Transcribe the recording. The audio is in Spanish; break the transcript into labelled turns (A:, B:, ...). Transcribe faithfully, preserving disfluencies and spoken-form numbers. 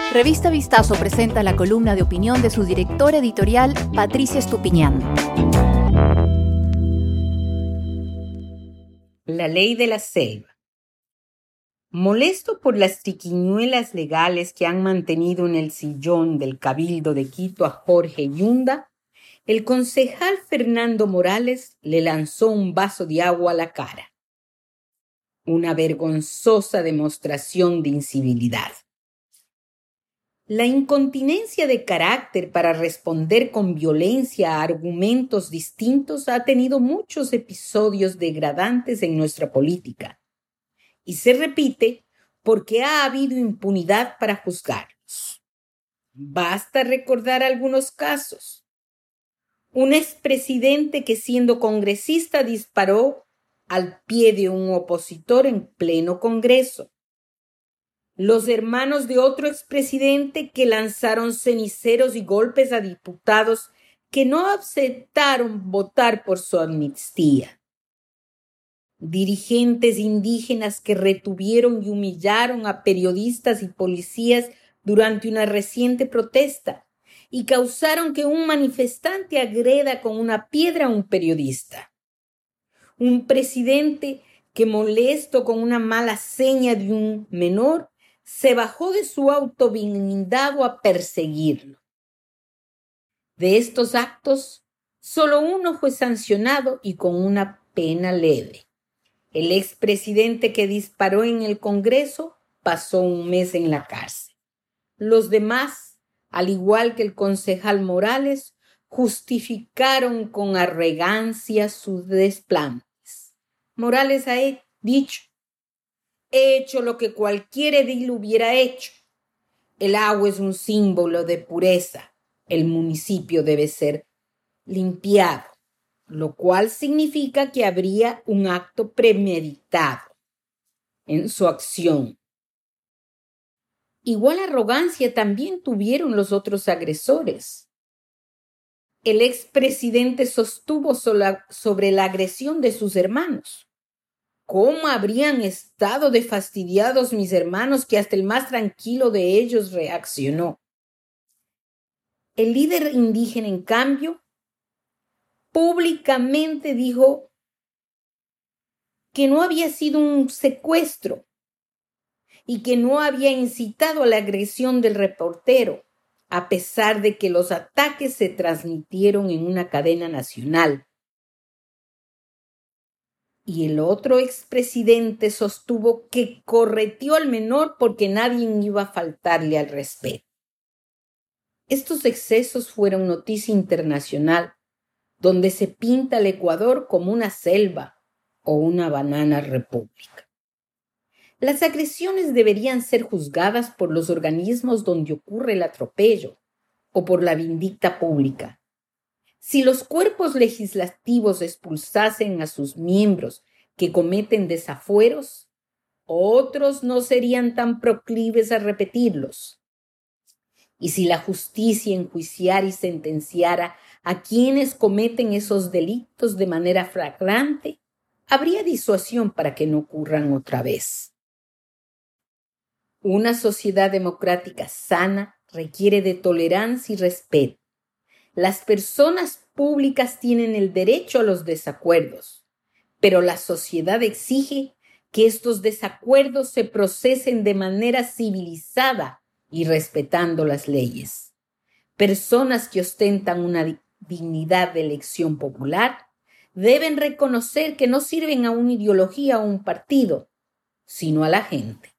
A: Revista Vistazo presenta la columna de opinión de su directora editorial, Patricia Estupiñán.
B: La ley de la selva. Molesto por las triquiñuelas legales que han mantenido en el sillón del Cabildo de Quito a Jorge Yunda, el concejal Fernando Morales le lanzó un vaso de agua a la cara. Una vergonzosa demostración de incivilidad. La incontinencia de carácter para responder con violencia a argumentos distintos ha tenido muchos episodios degradantes en nuestra política y se repite porque ha habido impunidad para juzgarlos. Basta recordar algunos casos. Un expresidente que siendo congresista disparó al pie de un opositor en pleno Congreso. Los hermanos de otro expresidente que lanzaron ceniceros y golpes a diputados que no aceptaron votar por su amnistía. Dirigentes indígenas que retuvieron y humillaron a periodistas y policías durante una reciente protesta y causaron que un manifestante agreda con una piedra a un periodista. Un presidente que, molesto con una mala seña de un menor, se bajó de su auto blindado a perseguirlo. De estos actos, solo uno fue sancionado y con una pena leve. El expresidente que disparó en el Congreso pasó un mes en la cárcel. Los demás, al igual que el concejal Morales, justificaron con arrogancia sus desplantes. Morales ha dicho: he hecho lo que cualquier edil hubiera hecho. El agua es un símbolo de pureza. El municipio debe ser limpiado, lo cual significa que habría un acto premeditado en su acción. Igual arrogancia también tuvieron los otros agresores. El expresidente sostuvo sobre la agresión de sus hermanos. ¿Cómo habrían estado de fastidiados mis hermanos que hasta el más tranquilo de ellos reaccionó? El líder indígena, en cambio, públicamente dijo que no había sido un secuestro y que no había incitado a la agresión del reportero, a pesar de que los ataques se transmitieron en una cadena nacional. Y el otro expresidente sostuvo que correteó al menor porque nadie iba a faltarle al respeto. Estos excesos fueron noticia internacional, donde se pinta al Ecuador como una selva o una banana república. Las agresiones deberían ser juzgadas por los organismos donde ocurre el atropello o por la vindicta pública. Si los cuerpos legislativos expulsasen a sus miembros que cometen desafueros, otros no serían tan proclives a repetirlos. Y si la justicia enjuiciara y sentenciara a quienes cometen esos delitos de manera flagrante, habría disuasión para que no ocurran otra vez. Una sociedad democrática sana requiere de tolerancia y respeto. Las personas públicas tienen el derecho a los desacuerdos, pero la sociedad exige que estos desacuerdos se procesen de manera civilizada y respetando las leyes. Personas que ostentan una dignidad de elección popular deben reconocer que no sirven a una ideología o un partido, sino a la gente.